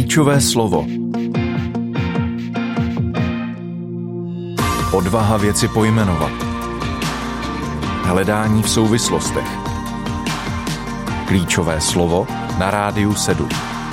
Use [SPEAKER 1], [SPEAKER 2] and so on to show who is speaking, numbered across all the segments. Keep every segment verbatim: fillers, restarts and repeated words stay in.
[SPEAKER 1] Klíčové slovo. Odvaha věci pojmenovat. Hledání v souvislostech. Klíčové slovo na Rádiu sedm.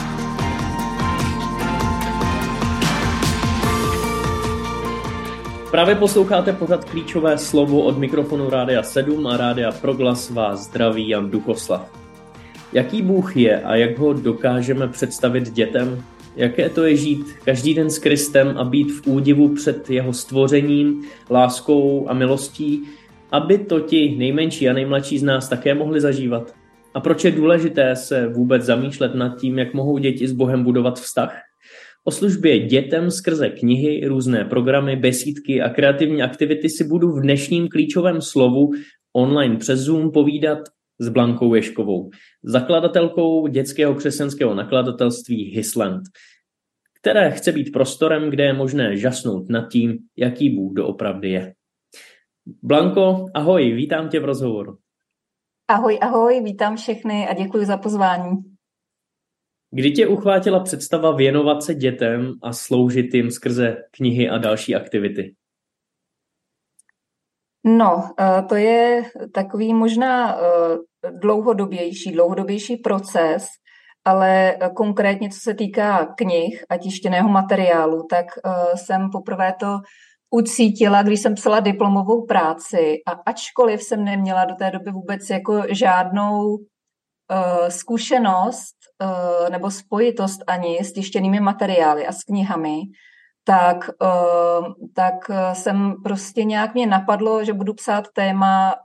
[SPEAKER 2] Právě posloucháte pořad Klíčové slovo od mikrofonu Rádia sedm a Rádia Proglas vás zdraví Jan Duchoslav. Jaký Bůh je a jak ho dokážeme představit dětem? Jaké to je žít každý den s Kristem a být v údivu před jeho stvořením, láskou a milostí, aby to ti nejmenší a nejmladší z nás také mohli zažívat? A proč je důležité se vůbec zamýšlet nad tím, jak mohou děti s Bohem budovat vztah? O službě dětem skrze knihy, různé programy, besídky a kreativní aktivity si budu v dnešním klíčovém slovu online přes Zoom povídat s Blankou Ježkovou, zakladatelkou dětského křesťanského nakladatelství Hisland, které chce být prostorem, kde je možné žasnout nad tím, jaký Bůh doopravdy je. Blanko, ahoj, vítám tě v rozhovoru.
[SPEAKER 3] Ahoj, ahoj, vítám všechny a děkuji za pozvání.
[SPEAKER 2] Kdy tě uchvátila představa věnovat se dětem a sloužit jim skrze knihy a další aktivity?
[SPEAKER 3] No, to je takový možná dlouhodobější, dlouhodobější proces, ale konkrétně co se týká knih a tištěného materiálu, tak jsem poprvé to ucítila, když jsem psala diplomovou práci a ačkoliv jsem neměla do té doby vůbec jako žádnou zkušenost nebo spojitost ani s tištěnými materiály a s knihami, tak, tak jsem prostě nějak mě napadlo, že budu psát téma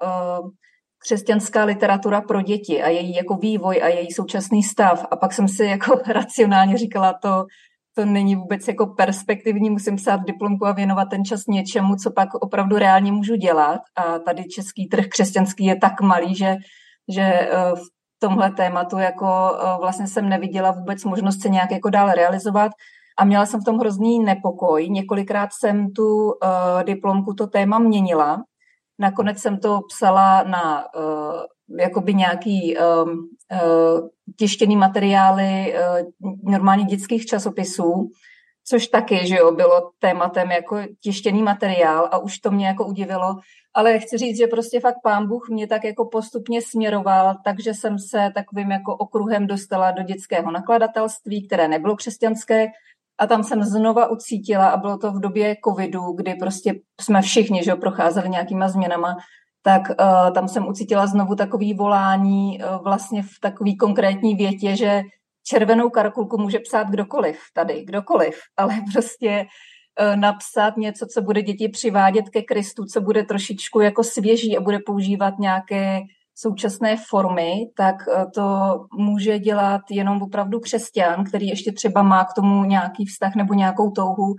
[SPEAKER 3] křesťanská literatura pro děti a její jako vývoj a její současný stav. A pak jsem si jako racionálně říkala, to, to není vůbec jako perspektivní, musím psát diplomku a věnovat ten čas něčemu, co pak opravdu reálně můžu dělat. A tady český trh křesťanský je tak malý, že, že v tomhle tématu jako vlastně jsem neviděla vůbec možnost se nějak jako dál realizovat. A měla jsem v tom hrozný nepokoj. Několikrát jsem tu uh, diplomku, to téma měnila. Nakonec jsem to psala na uh, jakoby nějaký um, uh, tištěný materiály uh, normálně dětských časopisů, což taky, že jo, bylo tématem jako tištěný materiál a už to mě jako udivilo. Ale chci říct, že prostě fakt Pán Bůh mě tak jako postupně směroval, takže jsem se takovým jako okruhem dostala do dětského nakladatelství, které nebylo křesťanské. A tam jsem znova ucítila, a bylo to v době covidu, kdy prostě jsme všichni, že jo, procházeli nějakýma změnama, tak uh, tam jsem ucítila znovu takový volání uh, vlastně v takový konkrétní větě, že červenou karkulku může psát kdokoliv tady, kdokoliv, ale prostě uh, napsat něco, co bude děti přivádět ke Kristu, co bude trošičku jako svěží a bude používat nějaké současné formy, tak to může dělat jenom opravdu křesťan, který ještě třeba má k tomu nějaký vztah nebo nějakou touhu.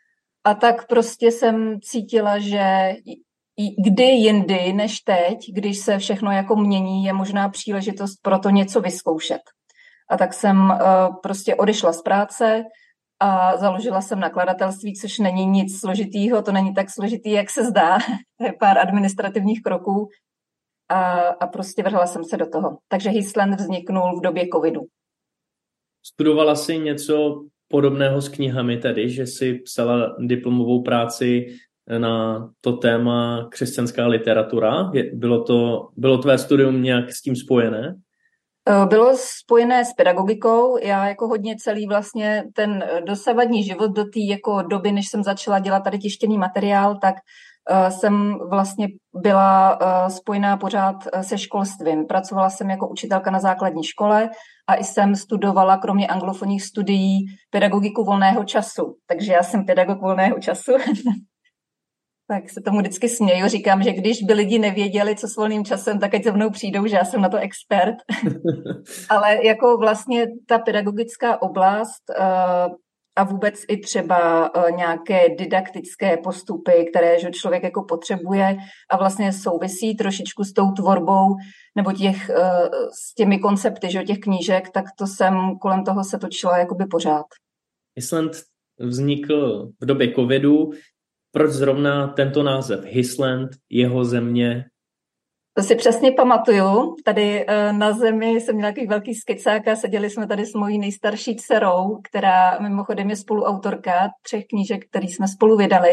[SPEAKER 3] A tak prostě jsem cítila, že kdy jindy než teď, když se všechno jako mění, je možná příležitost pro to něco vyzkoušet. A tak jsem prostě odešla z práce a založila jsem nakladatelství, což není nic složitýho, to není tak složitý, jak se zdá, to je pár administrativních kroků. A, a prostě vrhla jsem se do toho. Takže Hisland vzniknul v době covidu.
[SPEAKER 2] Studovala jsi něco podobného s knihami tedy, že jsi psala diplomovou práci na to téma křesťanská literatura? Bylo to, bylo tvé studium nějak s tím spojené?
[SPEAKER 3] Bylo spojené s pedagogikou. Já jako hodně celý vlastně ten dosavadní život do té jako doby, než jsem začala dělat tady tištěný materiál, tak jsem vlastně byla spojená pořád se školstvím. Pracovala jsem jako učitelka na základní škole a i jsem studovala, kromě anglofonních studií, pedagogiku volného času. Takže já jsem pedagog volného času. Tak se tomu vždycky směju. Říkám, že když by lidi nevěděli, co s volným časem, tak ať se mnou přijdou, že já jsem na to expert. Ale jako vlastně ta pedagogická oblast a vůbec i třeba nějaké didaktické postupy, které že člověk jako potřebuje a vlastně souvisí trošičku s tou tvorbou nebo těch, s těmi koncepty, že těch knížek, tak to jsem kolem toho se točila jakoby pořád.
[SPEAKER 2] Hisland vznikl v době covidu. Proč zrovna tento název Hisland, jeho země?
[SPEAKER 3] To si přesně pamatuju. Tady na zemi jsem měla takový velký skicák a seděli jsme tady s mojí nejstarší dcerou, která mimochodem je spoluautorka třech knížek, který jsme spolu vydali.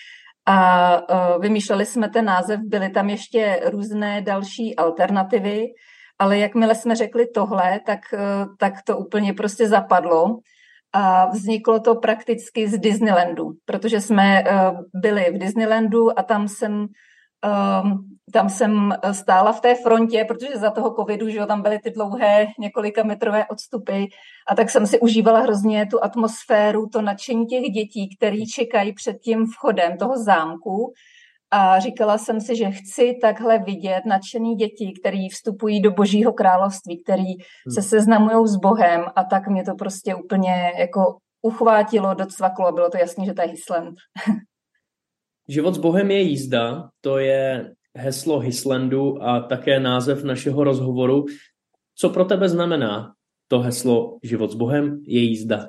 [SPEAKER 3] A vymýšleli jsme ten název, byly tam ještě různé další alternativy, ale jakmile jsme řekli tohle, tak, tak to úplně prostě zapadlo. A vzniklo to prakticky z Disneylandu, protože jsme byli v Disneylandu a tam jsem Um, tam jsem stála v té frontě, protože za toho covidu, že jo, tam byly ty dlouhé několika metrové odstupy a tak jsem si užívala hrozně tu atmosféru, to nadšení těch dětí, který čekají před tím vchodem toho zámku a říkala jsem si, že chci takhle vidět nadšený děti, který vstupují do Božího království, který hmm. se seznamujou s Bohem a tak mě to prostě úplně jako uchvátilo, docvaklo a bylo to jasný, že to je Hisland.
[SPEAKER 2] Život s Bohem je jízda, to je heslo Hislandu a také název našeho rozhovoru. Co pro tebe znamená to heslo Život s Bohem je jízda?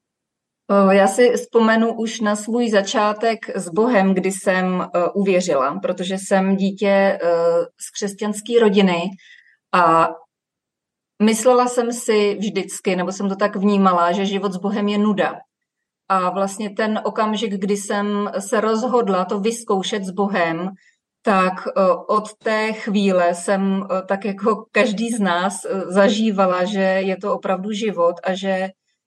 [SPEAKER 3] Já si vzpomenu už na svůj začátek s Bohem, kdy jsem uvěřila, protože jsem dítě z křesťanské rodiny a myslela jsem si vždycky, nebo jsem to tak vnímala, že život s Bohem je nuda. A vlastně ten okamžik, kdy jsem se rozhodla to vyzkoušet s Bohem, tak od té chvíle jsem tak jako každý z nás zažívala, že je to opravdu život a že,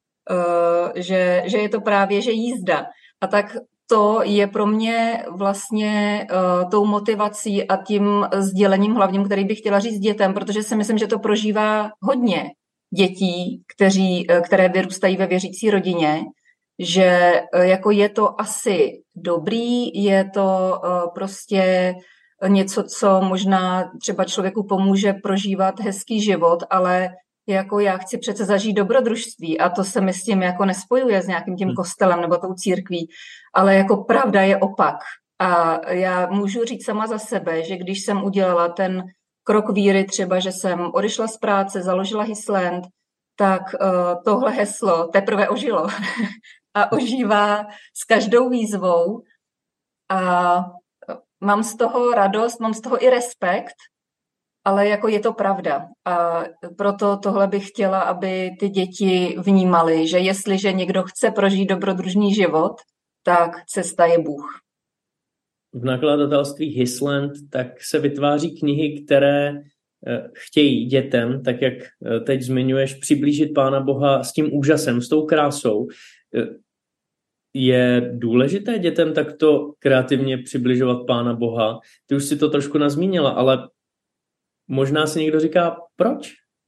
[SPEAKER 3] že, že je to právě že jízda. A tak to je pro mě vlastně tou motivací a tím sdělením hlavním, který bych chtěla říct dětem, protože si myslím, že to prožívá hodně dětí, kteří, které vyrůstají ve věřící rodině, že jako je to asi dobrý, je to prostě něco, co možná třeba člověku pomůže prožívat hezký život, ale jako já chci přece zažít dobrodružství a to se mi s tím jako nespojuje s nějakým tím kostelem nebo tou církví, ale jako pravda je opak. A já můžu říct sama za sebe, že když jsem udělala ten krok víry, třeba, že jsem odešla z práce, založila Hisland, tak tohle heslo teprve ožilo. A ožívá s každou výzvou a mám z toho radost, mám z toho i respekt, ale jako je to pravda. A proto tohle bych chtěla, aby ty děti vnímaly, že jestliže někdo chce prožít dobrodružný život, tak cesta je Bůh.
[SPEAKER 2] V nakladatelství Hisland tak se vytváří knihy, které chtějí dětem, tak jak teď zmiňuješ, přiblížit Pána Boha s tím úžasem, s tou krásou. Je důležité dětem takto kreativně přibližovat Pána Boha? Ty už si to trošku nazmínila, ale možná si někdo říká, proč?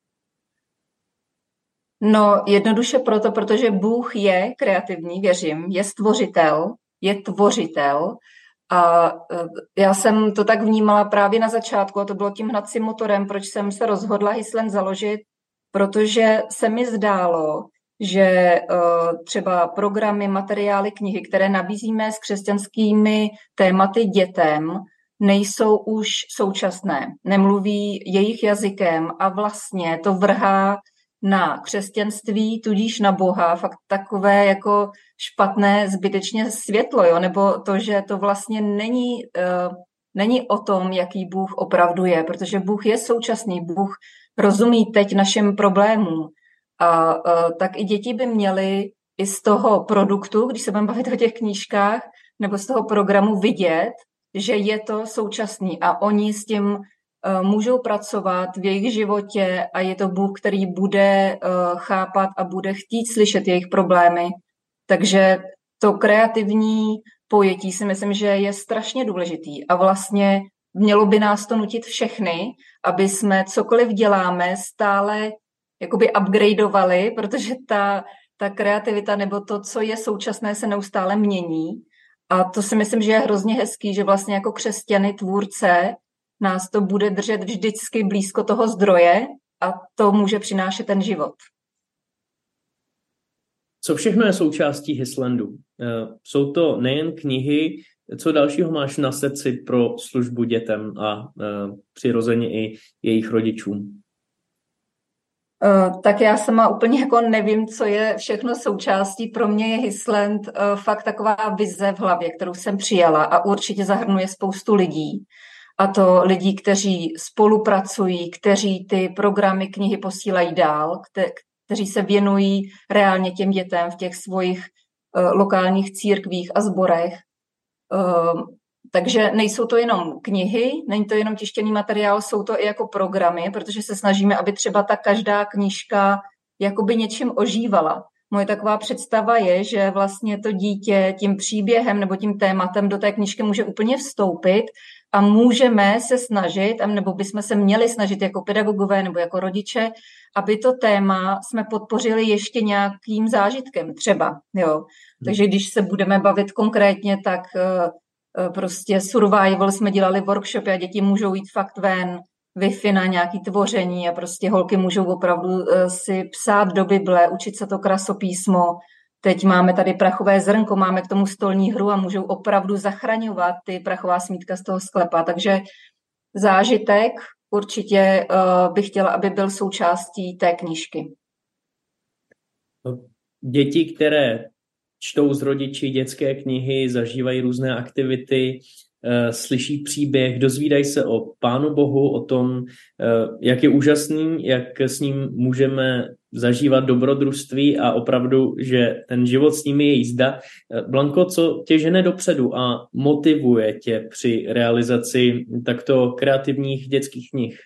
[SPEAKER 3] No jednoduše proto, protože Bůh je kreativní, věřím, je stvořitel, je tvořitel a já jsem to tak vnímala právě na začátku a to bylo tím hnacím motorem, proč jsem se rozhodla Hisland založit, protože se mi zdálo, že uh, třeba programy, materiály, knihy, které nabízíme s křesťanskými tématy dětem, nejsou už současné, nemluví jejich jazykem a vlastně to vrhá na křesťanství, tudíž na Boha, fakt takové jako špatné zbytečně světlo, jo? Nebo to, že to vlastně není, uh, není o tom, jaký Bůh opravdu je, protože Bůh je současný, Bůh rozumí teď našim problémům. A uh, tak i děti by měly i z toho produktu, když se budeme bavit o těch knížkách, nebo z toho programu vidět, že je to současný a oni s tím uh, můžou pracovat v jejich životě a je to Bůh, který bude uh, chápat a bude chtít slyšet jejich problémy. Takže to kreativní pojetí si myslím, že je strašně důležitý a vlastně mělo by nás to nutit všechny, aby jsme cokoliv děláme stále jakoby upgradeovali, protože ta, ta kreativita nebo to, co je současné, se neustále mění. A to si myslím, že je hrozně hezký, že vlastně jako křesťany, tvůrce, nás to bude držet vždycky blízko toho zdroje a to může přinášet ten život.
[SPEAKER 2] Co všechno je součástí Hislandu? Jsou to nejen knihy, co dalšího máš na srdci pro službu dětem a přirozeně i jejich rodičům?
[SPEAKER 3] Uh, tak já sama úplně jako nevím, co je všechno součástí. Pro mě je Hisland uh, fakt taková vize v hlavě, kterou jsem přijala a určitě zahrnuje spoustu lidí. a to lidí, kteří spolupracují, kteří ty programy, knihy posílají dál, kte, kteří se věnují reálně těm dětem v těch svých uh, lokálních církvích a sborech. Uh, takže nejsou to jenom knihy, není to jenom tištěný materiál, jsou to i jako programy, protože se snažíme, aby třeba ta každá knížka jakoby něčím ožívala. Moje taková představa je, že vlastně to dítě tím příběhem nebo tím tématem do té knížky může úplně vstoupit a můžeme se snažit, nebo bychom se měli snažit jako pedagogové nebo jako rodiče, aby to téma jsme podpořili ještě nějakým zážitkem třeba. Jo. Takže když se budeme bavit konkrétně, tak prostě survival jsme dělali workshopy a děti můžou jít fakt ven, Wi-Fi na nějaké tvoření a prostě holky můžou opravdu si psát do Bible, učit se to krasopísmo. Teď máme tady prachové zrnko, máme k tomu stolní hru a můžou opravdu zachraňovat ty prachová smítka z toho sklepa. Takže zážitek určitě uh, bych chtěla, aby byl součástí té knížky.
[SPEAKER 2] Děti, které čtou s rodiči dětské knihy, zažívají různé aktivity, slyší příběh, dozvídají se o Pánu Bohu, o tom, jak je úžasný, jak s ním můžeme zažívat dobrodružství a opravdu, že ten život s ním je jízda. Blanko, co tě žene dopředu a motivuje tě při realizaci takto kreativních dětských knih?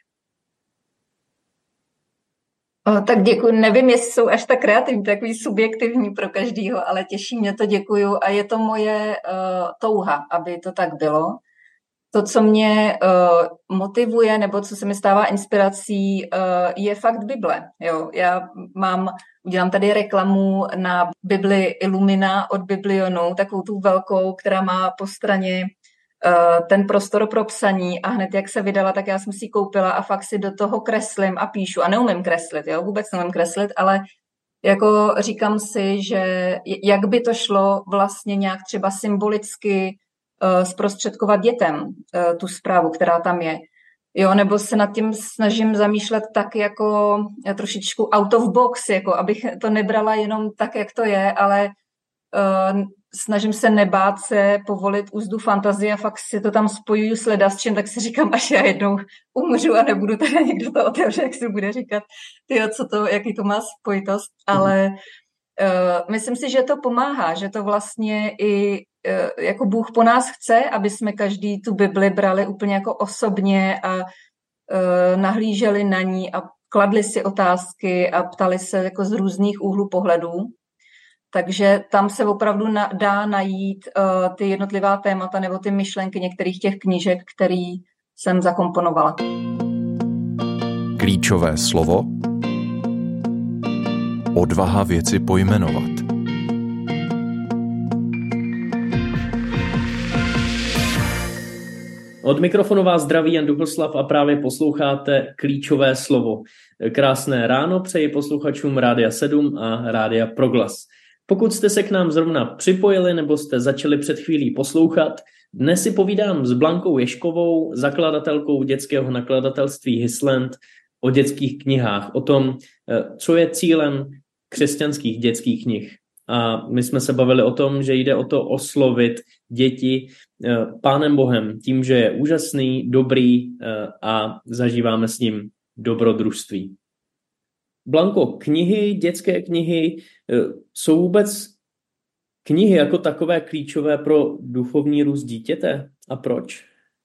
[SPEAKER 3] O, tak děkuji. Nevím, jestli jsou až tak kreativní, takový subjektivní pro každýho, ale těší mě to, děkuju. A je to moje uh, touha, aby to tak bylo. To, co mě uh, motivuje, nebo co se mi stává inspirací, uh, je fakt Bible. Jo, já mám, udělám tady reklamu na Bibli Illumina od Biblionu, takovou tu velkou, která má po straně uh, ten prostor pro psaní a hned jak se vydala, tak já jsem si ji koupila a fakt si do toho kreslím a píšu. A neumím kreslit, jo, vůbec neumím kreslit, ale jako říkám si, že jak by to šlo vlastně nějak třeba symbolicky uh, zprostředkovat dětem uh, tu zprávu, která tam je. Jo, nebo se nad tím snažím zamýšlet tak jako trošičku out of box, jako abych to nebrala jenom tak, jak to je, ale uh, snažím se nebát se povolit úzdu fantazie a fakt si to tam spojuju s ledasčem, tak si říkám, až já jednou umřu a nebudu tady někdo to otevře, jak si bude říkat, tyjo, co to, jaký to má spojitost, ale uh, myslím si, že to pomáhá, že to vlastně i uh, jako Bůh po nás chce, aby jsme každý tu Bibli brali úplně jako osobně a uh, nahlíželi na ní a kladli si otázky a ptali se jako z různých úhlů pohledů. Takže tam se opravdu na, dá najít uh, ty jednotlivá témata nebo ty myšlenky některých těch knížek, který jsem zakomponovala.
[SPEAKER 1] Klíčové slovo. Odvaha věci pojmenovat.
[SPEAKER 2] Od mikrofonu vás zdraví Jan Duchoslav a právě posloucháte Klíčové slovo. Krásné ráno přeji posluchačům Rádia sedm a Rádia Proglas. Pokud jste se k nám zrovna připojili nebo jste začali před chvílí poslouchat, dnes si povídám s Blankou Ježkovou, zakladatelkou dětského nakladatelství Hisland, o dětských knihách, o tom, co je cílem křesťanských dětských knih. A my jsme se bavili o tom, že jde o to oslovit děti Pánem Bohem tím, že je úžasný, dobrý a zažíváme s ním dobrodružství. Blanko, knihy, dětské knihy, jsou vůbec knihy jako takové klíčové pro duchovní růst dítěte? A proč?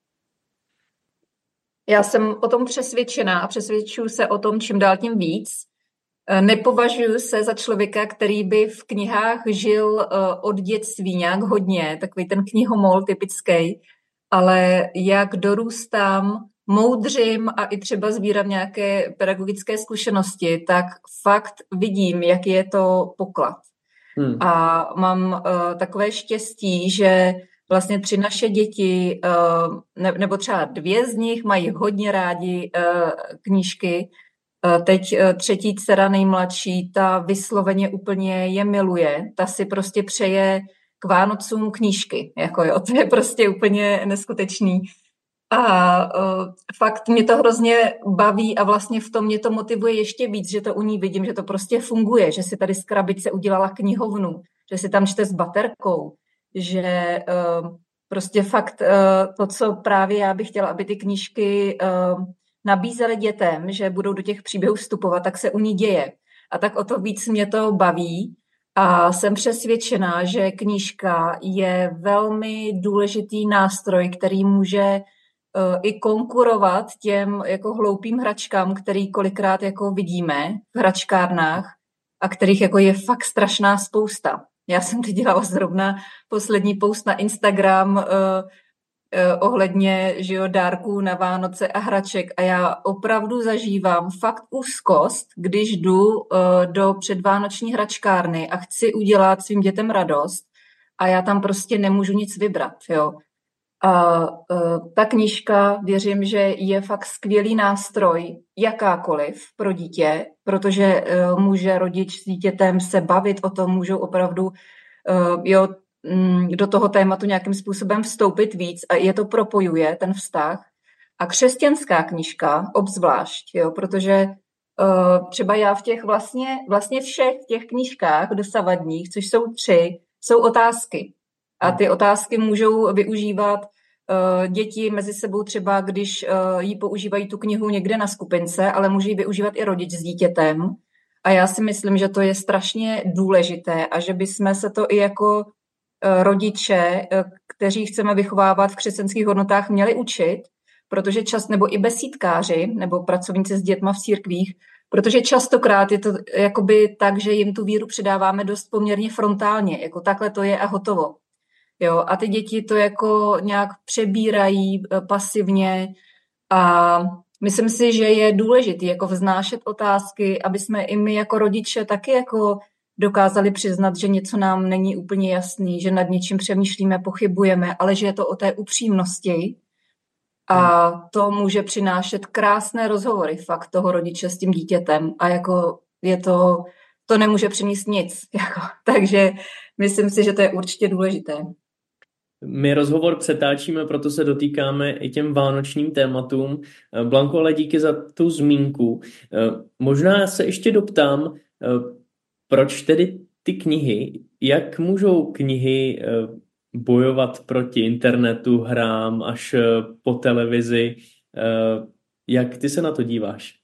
[SPEAKER 3] Já jsem o tom přesvědčená a přesvědčuji se o tom čím dál tím víc. Nepovažuji se za člověka, který by v knihách žil od dětství nějak hodně, takový ten knihomol typický, ale jak dorůstám, moudřím a i třeba sbírám nějaké pedagogické zkušenosti, tak fakt vidím, jak je to poklad. Hmm. A mám uh, takové štěstí, že vlastně tři naše děti, uh, ne, nebo třeba dvě z nich mají hodně rádi uh, knížky. Uh, teď uh, třetí dcera nejmladší, ta vysloveně úplně je miluje. Ta si prostě přeje k Vánocům knížky. Jako jo, to je prostě úplně neskutečný. A uh, fakt mě to hrozně baví a vlastně v tom mě to motivuje ještě víc, že to u ní vidím, že to prostě funguje, že si tady z krabice udělala knihovnu, že si tam čte s baterkou, že uh, Prostě fakt to, co právě já bych chtěla, aby ty knížky nabízely dětem, že budou do těch příběhů vstupovat, tak se u ní děje. A tak o to víc mě to baví. A jsem přesvědčená, že knížka je velmi důležitý nástroj, který může i konkurovat těm jako hloupým hračkám, který kolikrát jako vidíme v hračkárnách a kterých jako je fakt strašná spousta. Já jsem teď dělala zrovna poslední post na Instagram uh, uh, ohledně že jo, dárků na Vánoce a hraček a já opravdu zažívám fakt úzkost, když jdu uh, do předvánoční hračkárny a chci udělat svým dětem radost a já tam prostě nemůžu nic vybrat, jo. A uh, ta knížka, věřím, že je fakt skvělý nástroj, jakákoliv pro dítě, protože uh, může rodič s dítětem se bavit o tom, můžou opravdu uh, jo, mm, do toho tématu nějakým způsobem vstoupit víc a je to propojuje, ten vztah. A křesťanská knížka obzvlášť, jo, protože uh, třeba já v těch vlastně, vlastně všech těch knížkách dosavadních, což jsou tři, jsou otázky. A ty otázky můžou využívat uh, děti mezi sebou třeba, když uh, jí používají tu knihu někde na skupince, ale může ji využívat i rodič s dítětem. A já si myslím, že to je strašně důležité a že bychom se to i jako uh, rodiče, uh, kteří chceme vychovávat v křesťanských hodnotách, měli učit, protože čas, nebo i besídkáři, nebo pracovníci s dětma v církvích, protože častokrát je to jakoby tak, že jim tu víru předáváme dost poměrně frontálně, jako takhle to je a hotovo. Jo, a ty děti to jako nějak přebírají pasivně a myslím si, že je důležité jako vznášet otázky, aby jsme i my jako rodiče taky jako dokázali přiznat, že něco nám není úplně jasný, že nad něčím přemýšlíme, pochybujeme, ale že je to o té upřímnosti a to může přinášet krásné rozhovory fakt toho rodiče s tím dítětem a jako je to, to nemůže přinést nic. Jako. Takže myslím si, že to je určitě důležité.
[SPEAKER 2] My rozhovor přetáčíme, proto se dotýkáme i těm vánočním tématům. Blanko, ale díky za tu zmínku. Možná se ještě doptám, proč tedy ty knihy, jak můžou knihy bojovat proti internetu, hrám až po televizi? Jak ty se na to díváš?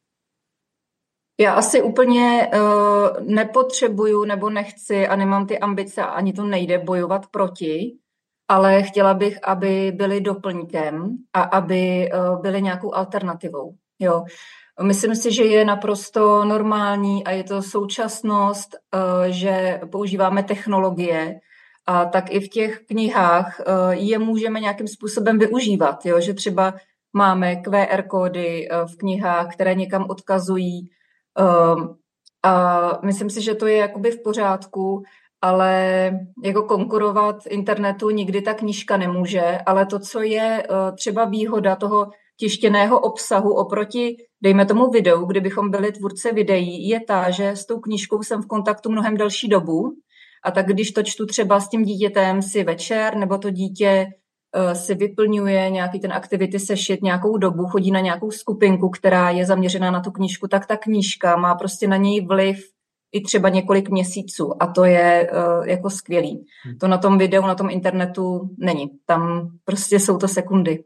[SPEAKER 3] Já asi úplně uh, nepotřebuju nebo nechci a nemám ty ambice a ani to nejde bojovat proti, ale chtěla bych, aby byly doplňkem a aby uh, byly nějakou alternativou. Jo. Myslím si, že je naprosto normální a je to současnost, uh, že používáme technologie a tak i v těch knihách uh, je můžeme nějakým způsobem využívat. Jo. Že třeba máme Q R kódy uh, v knihách, které někam odkazují. Um, a myslím si, že to je jakoby v pořádku, ale jako konkurovat internetu nikdy ta knížka nemůže, ale to, co je uh, třeba výhoda toho tištěného obsahu oproti, dejme tomu videu, kdybychom byli tvůrce videí, je ta, že s tou knížkou jsem v kontaktu mnohem delší dobu a tak když to čtu třeba s tím dítětem si večer, nebo to dítě si vyplňuje nějaký ten activity sešit nějakou dobu, chodí na nějakou skupinku, která je zaměřená na tu knížku, tak ta knížka má prostě na něj vliv i třeba několik měsíců a to je uh, jako skvělý. To na tom videu, na tom internetu není. Tam prostě jsou to sekundy.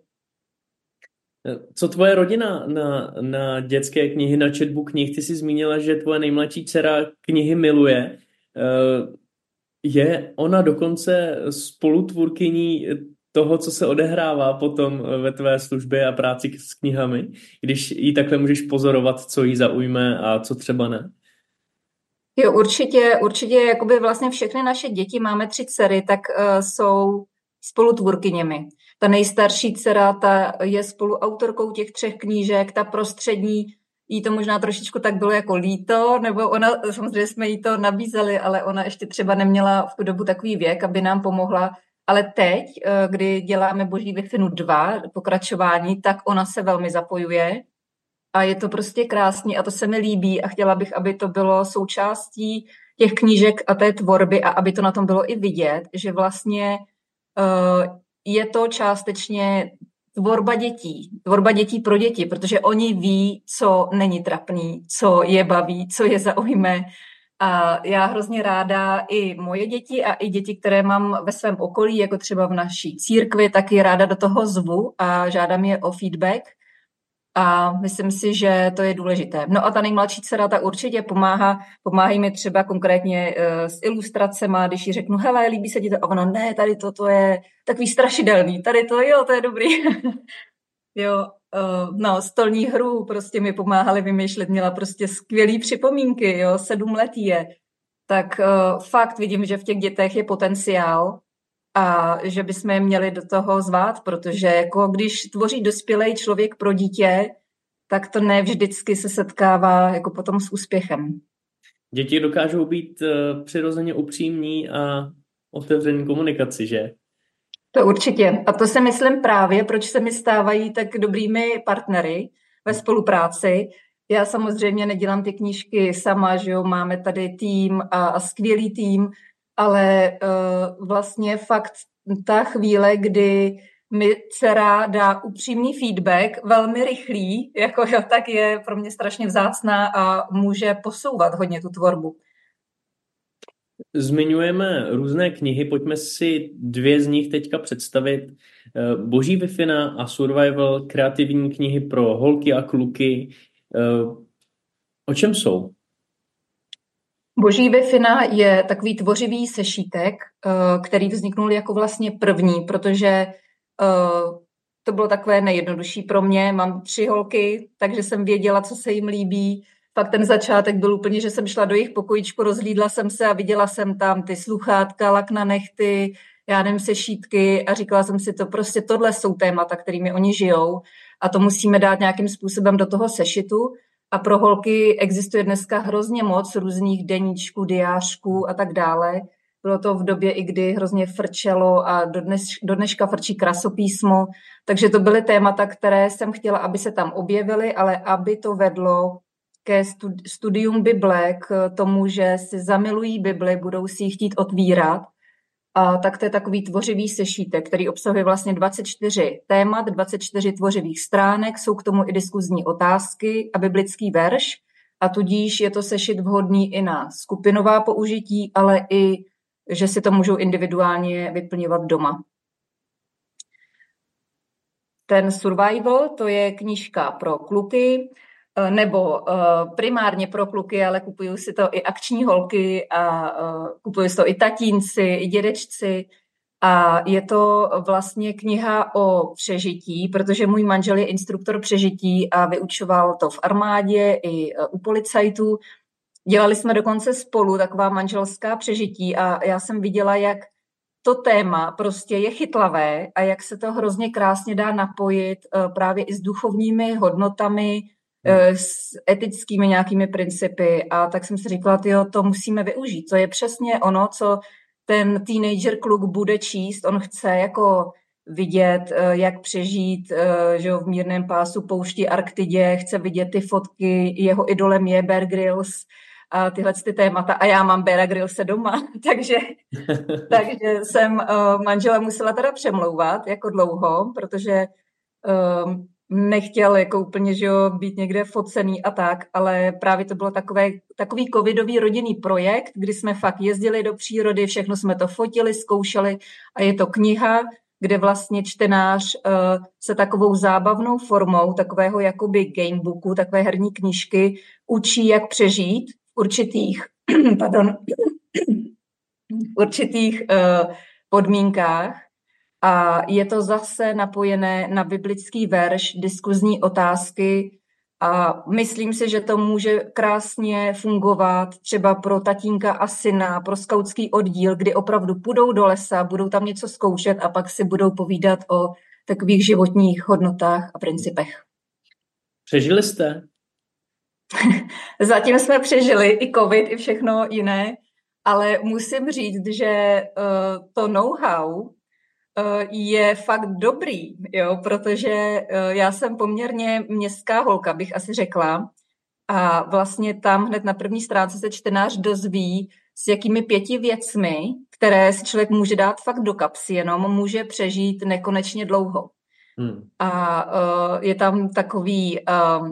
[SPEAKER 2] Co tvoje rodina na, na dětské knihy, na četbu knih? Ty jsi zmínila, že tvoje nejmladší dcera knihy miluje. Je ona dokonce spolutvůrkyní toho, co se odehrává potom ve tvé službě a práci s knihami, když jí takhle můžeš pozorovat, co jí zaujme a co třeba ne?
[SPEAKER 3] Jo, určitě, určitě jakoby vlastně všechny naše děti, máme tři dcery, tak uh, jsou spolutvůrkyněmi. Ta nejstarší dcera, ta je spoluautorkou těch třech knížek, ta prostřední, jí to možná trošičku tak bylo jako líto, nebo ona, samozřejmě jsme jí to nabízeli, ale ona ještě třeba neměla v tu dobu takový věk, aby nám pomohla. Ale teď, kdy děláme Boží Wi-Fi dva, pokračování, tak ona se velmi zapojuje a je to prostě krásný a to se mi líbí a chtěla bych, aby to bylo součástí těch knížek a té tvorby a aby to na tom bylo i vidět, že vlastně uh, je to částečně tvorba dětí, tvorba dětí pro děti, protože oni ví, co není trapný, co je baví, co je zaujme A já hrozně ráda i moje děti a i děti, které mám ve svém okolí, jako třeba v naší církvi, taky ráda do toho zvu a žádám je o feedback. A myslím si, že to je důležité. No a ta nejmladší dcera, ta určitě pomáhá, pomáhají mi třeba konkrétně uh, s ilustracema, když jí řeknu, hele, líbí se ti to? A ona, ne, tady to, to je takový strašidelný, tady to, jo, to je dobrý. jo, uh, no, stolní hru prostě mi pomáhali vymýšlet, měla prostě skvělý připomínky, jo, sedm let je. Tak uh, fakt vidím, že v těch dětech je potenciál a že bychom je měli do toho zvát, protože jako když tvoří dospělý člověk pro dítě, tak to ne vždycky se setkává jako potom s úspěchem.
[SPEAKER 2] Děti dokážou být uh, přirozeně upřímní a otevření komunikaci, že?
[SPEAKER 3] To určitě. A to si myslím právě, proč se mi stávají tak dobrými partnery ve spolupráci. Já samozřejmě nedělám ty knížky sama, že jo, máme tady tým a, a skvělý tým, ale uh, vlastně fakt ta chvíle, kdy mi dcera dá upřímný feedback, velmi rychlý, jako jo, tak je pro mě strašně vzácná a může posouvat hodně tu tvorbu.
[SPEAKER 2] Zmiňujeme různé knihy, pojďme si dvě z nich teďka představit. Boží Wi-Fi a Survival, kreativní knihy pro holky a kluky. O čem jsou?
[SPEAKER 3] Boží Wi-Fi je takový tvořivý sešítek, který vzniknul jako vlastně první, protože to bylo takové nejjednodušší pro mě. Mám tři holky, takže jsem věděla, co se jim líbí. Pak ten začátek byl úplně, že jsem šla do jejich pokojíčku, rozhlídla jsem se a viděla jsem tam ty sluchátka, lak na nehty, já nevím, sešítky a říkala jsem si to, prostě tohle jsou témata, kterými oni žijou a to musíme dát nějakým způsobem do toho sešitu. A pro holky existuje dneska hrozně moc různých deníčků, diářků a tak dále. Bylo to v době, i kdy hrozně frčelo a do, dnes, do dneška frčí krasopísmo. Takže to byly témata, které jsem chtěla, aby se tam objevily, ale aby to vedlo ke studium Bible, k tomu, že si zamilují Bibli, budou si ji chtít otvírat. A tak to je takový tvořivý sešítek, který obsahuje vlastně dvacet čtyři témat, dvacet čtyři tvořivých stránek, jsou k tomu i diskuzní otázky a biblický verš a tudíž je to sešit vhodný i na skupinová použití, ale i, že si to můžou individuálně vyplňovat doma. Ten Survival, to je knížka pro kluky, nebo primárně pro kluky, ale kupují si to i akční holky a kupují si to i tatínci, i dědečci. A je to vlastně kniha o přežití, protože můj manžel je instruktor přežití a vyučoval to v armádě i u policajtů. Dělali jsme dokonce spolu taková manželská přežití a já jsem viděla, jak to téma prostě je chytlavé a jak se to hrozně krásně dá napojit právě i s duchovními hodnotami, s etickými nějakými principy a tak jsem si říkala, tyjo, to musíme využít. To je přesně ono, co ten teenager kluk bude číst. On chce jako vidět, jak přežít, že jo, v mírném pásu poušti Arktidě, chce vidět ty fotky, jeho idolem je Bear Grylls a tyhle ty témata. A já mám Beara Gryllse doma, takže, takže jsem manžela musela teda přemlouvat jako dlouho, protože um, nechtěl jako úplně, že jo, být někde focený a tak, ale právě to bylo takové, takový covidový rodinný projekt, kdy jsme fakt jezdili do přírody, všechno jsme to fotili, zkoušeli a je to kniha, kde vlastně čtenář uh, se takovou zábavnou formou, takového jakoby gamebooku, takové herní knížky, učí, jak přežít v určitých, pardon, v určitých uh, podmínkách. A je to zase napojené na biblický verš, diskuzní otázky a myslím si, že to může krásně fungovat třeba pro tatínka a syna, pro skautský oddíl, kdy opravdu půjdou do lesa, budou tam něco zkoušet a pak si budou povídat o takových životních hodnotách a principech.
[SPEAKER 2] Přežili jste?
[SPEAKER 3] Zatím jsme přežili i covid, i všechno jiné, ale musím říct, že uh, to know-how je fakt dobrý, jo, protože já jsem poměrně městská holka, bych asi řekla. A vlastně tam hned na první stránce se čtenář dozví, s jakými pěti věcmi, které si člověk může dát fakt do kapsy, jenom může přežít nekonečně dlouho. Hmm. A uh, je tam takový um,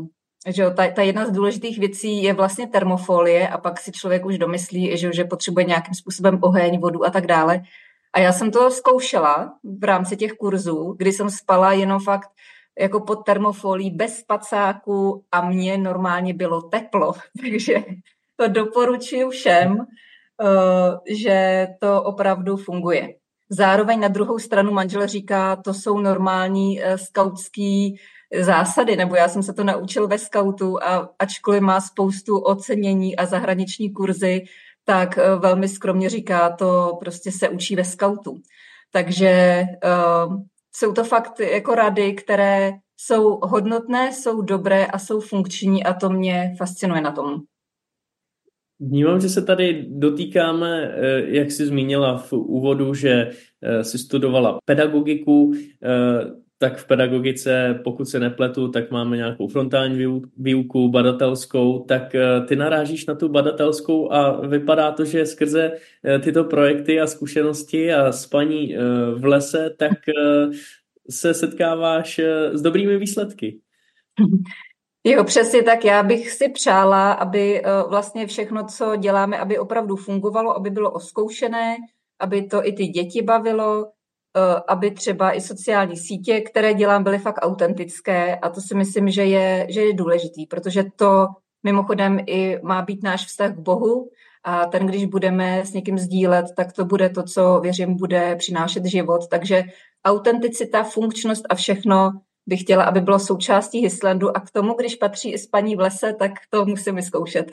[SPEAKER 3] že jo, ta, ta jedna z důležitých věcí je vlastně termofolie a pak si člověk už domyslí, že, jo, že potřebuje nějakým způsobem oheň, vodu a tak dále. A já jsem to zkoušela v rámci těch kurzů, kdy jsem spala jenom fakt jako pod termofolií bez spacáku a mně normálně bylo teplo. Takže to doporučuji všem, že to opravdu funguje. Zároveň na druhou stranu manžel říká, to jsou normální skautský zásady, nebo já jsem se to naučil ve skautu a ačkoliv má spoustu ocenění a zahraniční kurzy, tak velmi skromně říká, to prostě se učí ve skautu. Takže uh, jsou to fakt jako rady, které jsou hodnotné, jsou dobré a jsou funkční a to mě fascinuje na tom.
[SPEAKER 2] Vnímám, že se tady dotýkáme, jak jsi zmínila v úvodu, že jsi studovala pedagogiku, tak v pedagogice, pokud se nepletu, tak máme nějakou frontální výuku, badatelskou, tak ty narážíš na tu badatelskou a vypadá to, že skrze tyto projekty a zkušenosti a spaní v lese, tak se setkáváš s dobrými výsledky.
[SPEAKER 3] Jo, přesně tak. Já bych si přála, aby vlastně všechno, co děláme, aby opravdu fungovalo, aby bylo oskoušené, aby to i ty děti bavilo, aby třeba i sociální sítě, které dělám, byly fakt autentické a to si myslím, že je, že je důležitý, protože to mimochodem i má být náš vztah k Bohu a ten, když budeme s někým sdílet, tak to bude to, co věřím, bude přinášet život. Takže autenticita, funkčnost a všechno bych chtěla, aby bylo součástí Hislandu a k tomu, když patří i spaní v lese, tak to musím vyzkoušet.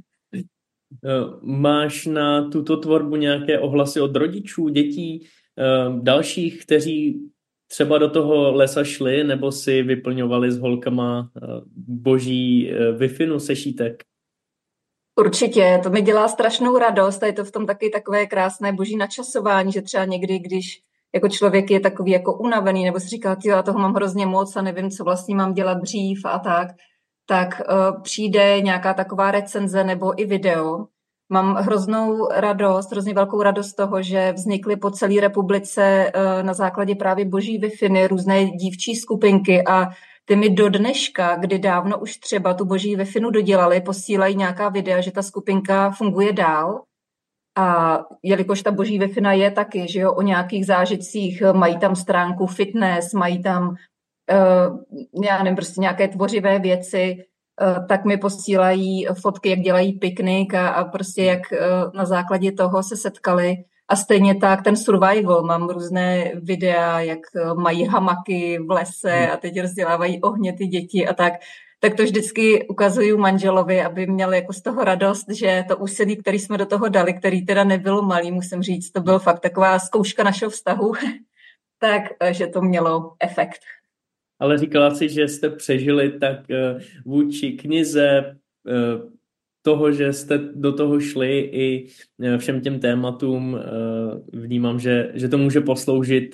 [SPEAKER 2] Máš na tuto tvorbu nějaké ohlasy od rodičů, dětí, dalších, kteří třeba do toho lesa šli nebo si vyplňovali s holkama boží Wi-Fi sešítek?
[SPEAKER 3] Určitě, to mi dělá strašnou radost a je to v tom taky takové krásné boží načasování, že třeba někdy, když jako člověk je takový jako unavený nebo si říká, tyjo, já toho mám hrozně moc a nevím, co vlastně mám dělat dřív a tak, tak uh, přijde nějaká taková recenze nebo i video. Mám hroznou radost, hrozně velkou radost z toho, že vznikly po celé republice uh, na základě právě boží Wi-Fi různé dívčí skupinky a ty mi do dneška, kdy dávno už třeba tu boží Wi-Fi dodělali, posílají nějaká videa, že ta skupinka funguje dál. A jelikož ta boží Wi-Fi je taky, že jo, o nějakých zážitcích, mají tam stránku fitness, mají tam, uh, já nevím, prostě nějaké tvořivé věci, uh, tak mi posílají fotky, jak dělají piknik a, a prostě jak uh, na základě toho se setkali. A stejně tak ten survival, mám různé videa, jak uh, mají hamaky v lese a teď rozdělávají ohně ty děti a tak. Tak to vždycky ukazuju manželovi, aby měl jako z toho radost, že to úsilí, který jsme do toho dali, který teda nebylo malý, musím říct, to byl fakt taková zkouška našeho vztahu, tak, že to mělo efekt.
[SPEAKER 2] Ale říkala si, že jste přežili tak vůči knize toho, že jste do toho šli i všem těm tématům, vnímám, že, že to může posloužit.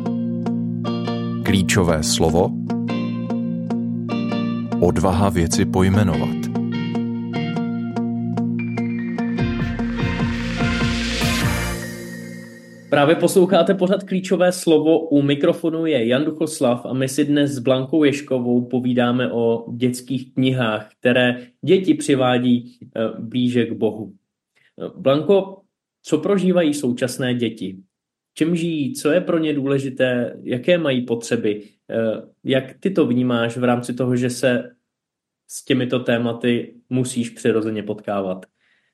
[SPEAKER 1] Klíčové slovo odvaha věci pojmenovat.
[SPEAKER 2] Právě posloucháte pořad Klíčové slovo, u mikrofonu je Jan Duchoslav a my si dnes s Blankou Ježkovou povídáme o dětských knihách, které děti přivádí blíže k Bohu. Blanko, co prožívají současné děti? Čím žijí, co je pro ně důležité, jaké mají potřeby? Jak ty to vnímáš v rámci toho, že se s těmito tématy musíš přirozeně potkávat?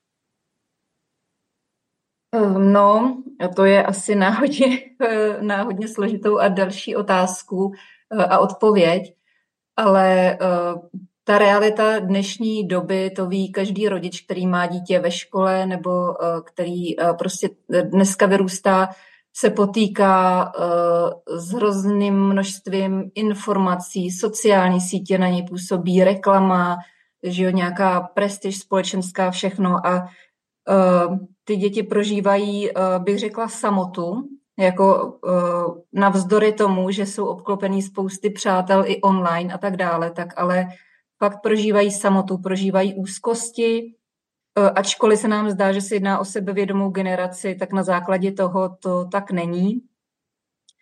[SPEAKER 3] No, to je asi náhodně, náhodně složitou a další otázku a odpověď, ale ta realita dnešní doby, to ví každý rodič, který má dítě ve škole nebo který prostě dneska vyrůstá, se potýká uh, s hrozným množstvím informací, sociální sítě na něj působí, reklama, že jo, nějaká prestiž společenská, všechno a uh, ty děti prožívají, uh, bych řekla, samotu, jako uh, navzdory tomu, že jsou obklopený spousty přátel i online a tak dále, tak ale fakt prožívají samotu, prožívají úzkosti. Ačkoliv se nám zdá, že se jedná o sebevědomou generaci, tak na základě toho to tak není.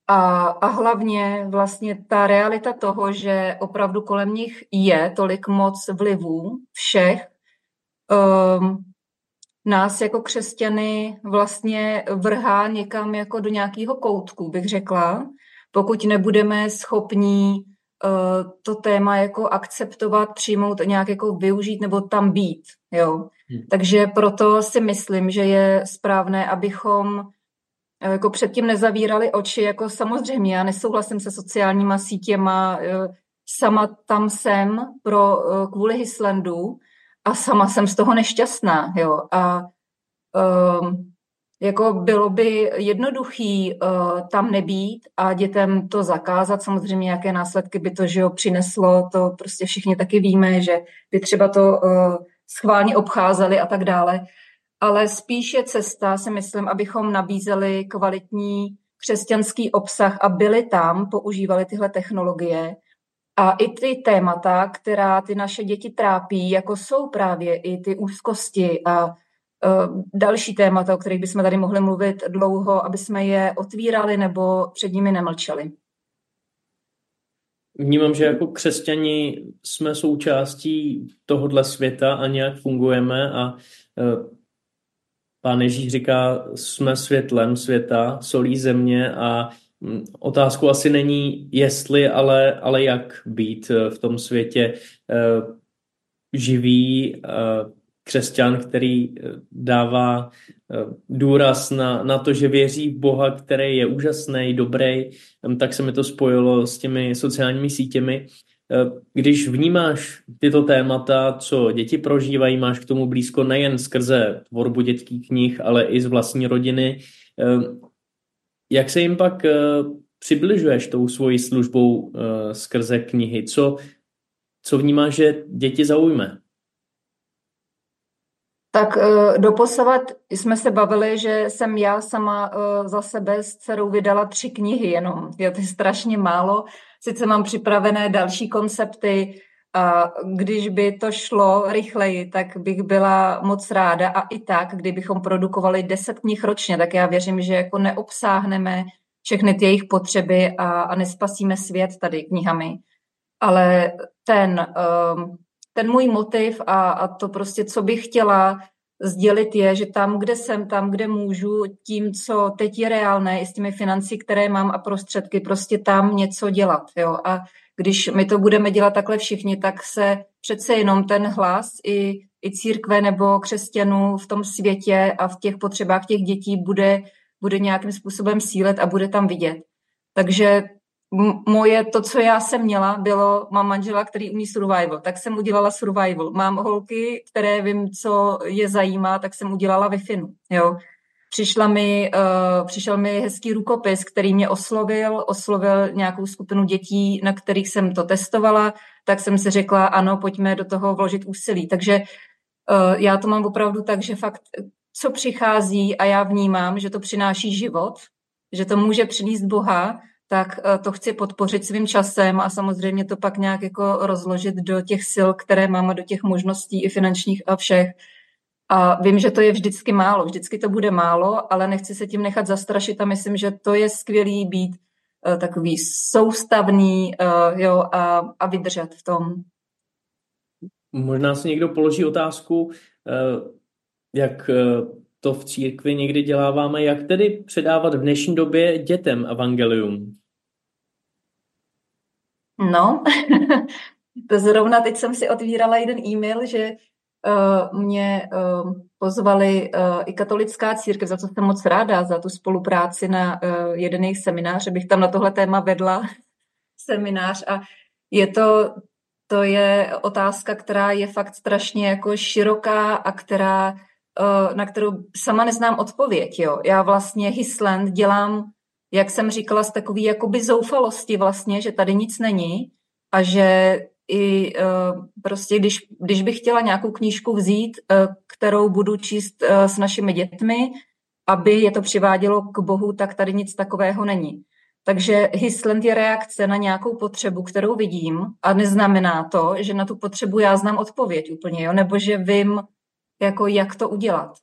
[SPEAKER 3] A, a hlavně vlastně ta realita toho, že opravdu kolem nich je tolik moc vlivů všech, um, nás jako křesťany vlastně vrhá někam jako do nějakého koutku, bych řekla, pokud nebudeme schopní uh, to téma jako akceptovat, přijmout, nějak jako využít nebo tam být. Jo. Hmm. Takže proto si myslím, že je správné, abychom jako předtím nezavírali oči, jako samozřejmě, já nesouhlasím se sociálníma sítěma, sama tam jsem pro, kvůli Hislandu a sama jsem z toho nešťastná, jo, a um, jako bylo by jednoduchý uh, tam nebýt a dětem to zakázat, samozřejmě jaké následky by to, že jo, přineslo, to prostě všichni taky víme, že by třeba to uh, schválně obcházeli a tak dále, ale spíš je cesta, si myslím, abychom nabízeli kvalitní křesťanský obsah a byli tam, používali tyhle technologie a i ty témata, která ty naše děti trápí, jako jsou právě i ty úzkosti a uh, další témata, o kterých bychom tady mohli mluvit dlouho, aby jsme je otvírali nebo před nimi nemlčeli.
[SPEAKER 2] Vnímám, že jako křesťani jsme součástí tohodle světa a nějak fungujeme a uh, Pán Ježíš říká, jsme světlem světa, solí země a otázkou asi není jestli, ale, ale jak být v tom světě živý křesťan, který dává důraz na, na to, že věří v Boha, který je úžasný, dobrý, tak se mi to spojilo s těmi sociálními sítěmi. Když vnímáš tyto témata, co děti prožívají, máš k tomu blízko nejen skrze tvorbu dětských knih, ale i z vlastní rodiny, jak se jim pak přibližuješ tou svojí službou skrze knihy? Co, co vnímáš, že děti zaujme?
[SPEAKER 3] Tak doposavat jsme se bavili, že jsem já sama za sebe s dcerou vydala tři knihy jenom. Jo, to je strašně málo. Sice mám připravené další koncepty a když by to šlo rychleji, tak bych byla moc ráda a i tak, kdybychom produkovali deset knih ročně, tak já věřím, že jako neobsáhneme všechny ty jejich potřeby a, a nespasíme svět tady knihami. Ale ten... Um, Ten můj motiv a, a to prostě, co bych chtěla sdělit je, že tam, kde jsem, tam, kde můžu, tím, co teď je reálné, i s těmi financí, které mám a prostředky, prostě tam něco dělat. Jo? A když my to budeme dělat takhle všichni, tak se přece jenom ten hlas i, i církve nebo křesťanů v tom světě a v těch potřebách těch dětí bude, bude nějakým způsobem sílet a bude tam vidět. Takže moje, to, co já jsem měla, bylo, mám manžela, který umí survival, tak jsem udělala survival. Mám holky, které vím, co je zajímá, tak jsem udělala Wi-Fi. Jo. Přišla mi, uh, přišel mi hezký rukopis, který mě oslovil, oslovil nějakou skupinu dětí, na kterých jsem to testovala, tak jsem si řekla, ano, pojďme do toho vložit úsilí. Takže uh, já to mám opravdu tak, že fakt, co přichází a já vnímám, že to přináší život, že to může přinést Boha, tak to chci podpořit svým časem a samozřejmě to pak nějak jako rozložit do těch sil, které mám a do těch možností i finančních a všech. A vím, že to je vždycky málo, vždycky to bude málo, ale nechci se tím nechat zastrašit a myslím, že to je skvělý být uh, takový soustavný uh, jo, a, a vydržet v tom.
[SPEAKER 2] Možná si někdo položí otázku, uh, jak uh, to v církvi někdy děláváme, jak tedy předávat v dnešní době dětem evangelium?
[SPEAKER 3] No, to zrovna teď jsem si otvírala jeden e-mail, že uh, mě uh, pozvali uh, i katolická církev, za co jsem moc ráda, za tu spolupráci na uh, jeden jejich seminář, abych tam na tohle téma vedla seminář a je to, to je otázka, která je fakt strašně jako široká a která na kterou sama neznám odpověď. Jo. Já vlastně Hisland dělám, jak jsem říkala, z takový jakoby zoufalosti vlastně, že tady nic není a že i prostě, když, když bych chtěla nějakou knížku vzít, kterou budu číst s našimi dětmi, aby je to přivádělo k Bohu, tak tady nic takového není. Takže Hisland je reakce na nějakou potřebu, kterou vidím a neznamená to, že na tu potřebu já znám odpověď úplně, jo, nebo že vím, jako jak to udělat.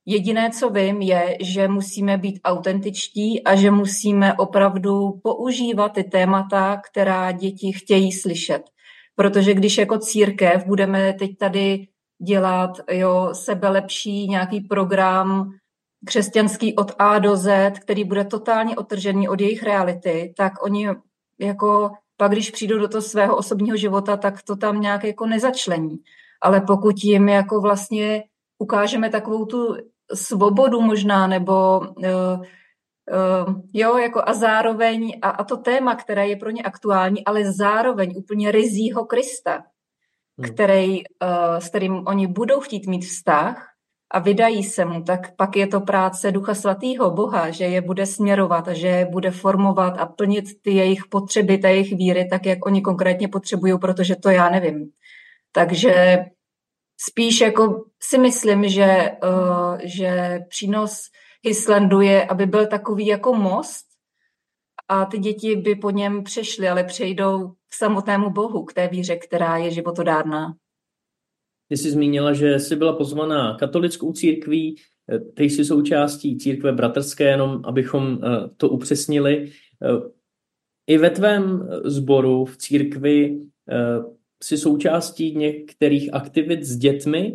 [SPEAKER 3] Jediné, co vím, je, že musíme být autentičtí a že musíme opravdu používat ty témata, která děti chtějí slyšet. Protože když jako církev budeme teď tady dělat jo, sebelepší nějaký program křesťanský od A do Z, který bude totálně odtržený od jejich reality, tak oni jako pak, když přijdou do toho svého osobního života, tak to tam nějak jako nezačlení. Ale pokud jim jako vlastně ukážeme takovou tu svobodu možná, nebo uh, uh, jo, jako a zároveň, a, a to téma, které je pro ně aktuální, ale zároveň úplně ryzího Krista, hmm. který, uh, s kterým oni budou chtít mít vztah a vydají se mu, tak pak je to práce Ducha Svatého Boha, že je bude směrovat a že je bude formovat a plnit ty jejich potřeby, ty jejich víry, tak jak oni konkrétně potřebují, protože to já nevím. Takže spíš jako si myslím, že, uh, že přínos Hislandu je, aby byl takový jako most a ty děti by po něm přešly, ale přejdou k samotnému Bohu, k té víře, která je životodárná.
[SPEAKER 2] Ty jsi zmínila, že jsi byla pozvaná katolickou církví, ty jsi součástí církve bratrské, jenom abychom to upřesnili. I ve tvém sboru v církvi jsi součástí některých aktivit s dětmi?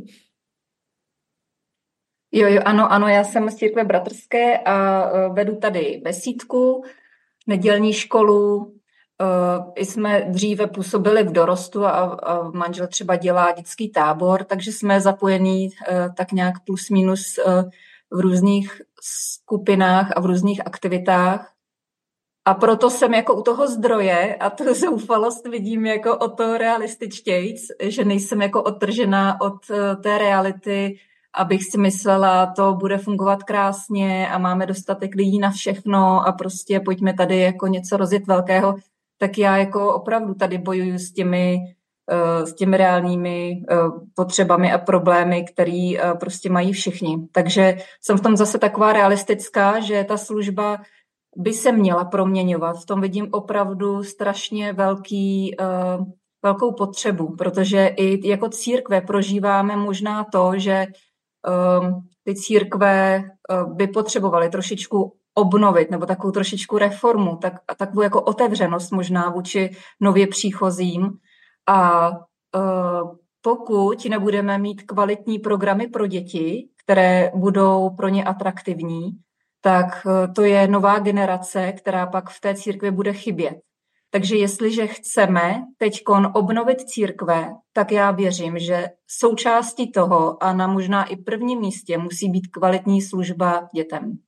[SPEAKER 3] Jo, jo, ano, ano, já jsem z církve bratrské a vedu tady besídku, nedělní školu. I jsme dříve působili v dorostu a, a manžel třeba dělá dětský tábor, takže jsme zapojení tak nějak plus minus v různých skupinách a v různých aktivitách. A proto jsem jako u toho zdroje a tu zoufalost vidím jako o to realističtějc, že nejsem jako odtržená od té reality, abych si myslela, to bude fungovat krásně a máme dostatek lidí na všechno a prostě pojďme tady jako něco rozjet velkého, tak já jako opravdu tady bojuju s těmi, s těmi reálnými potřebami a problémy, které prostě mají všichni. Takže jsem v tom zase taková realistická, že ta služba by se měla proměňovat. V tom vidím opravdu strašně velký, velkou potřebu, protože i jako církve prožíváme možná to, že ty církve by potřebovaly trošičku obnovit nebo takovou trošičku reformu, tak, takovou jako otevřenost možná vůči nově příchozím. A pokud nebudeme mít kvalitní programy pro děti, které budou pro ně atraktivní, tak to je nová generace, která pak v té církvi bude chybět. Takže jestliže chceme teďkon obnovit církve, tak já věřím, že součástí toho a na možná i prvním místě musí být kvalitní služba dětem.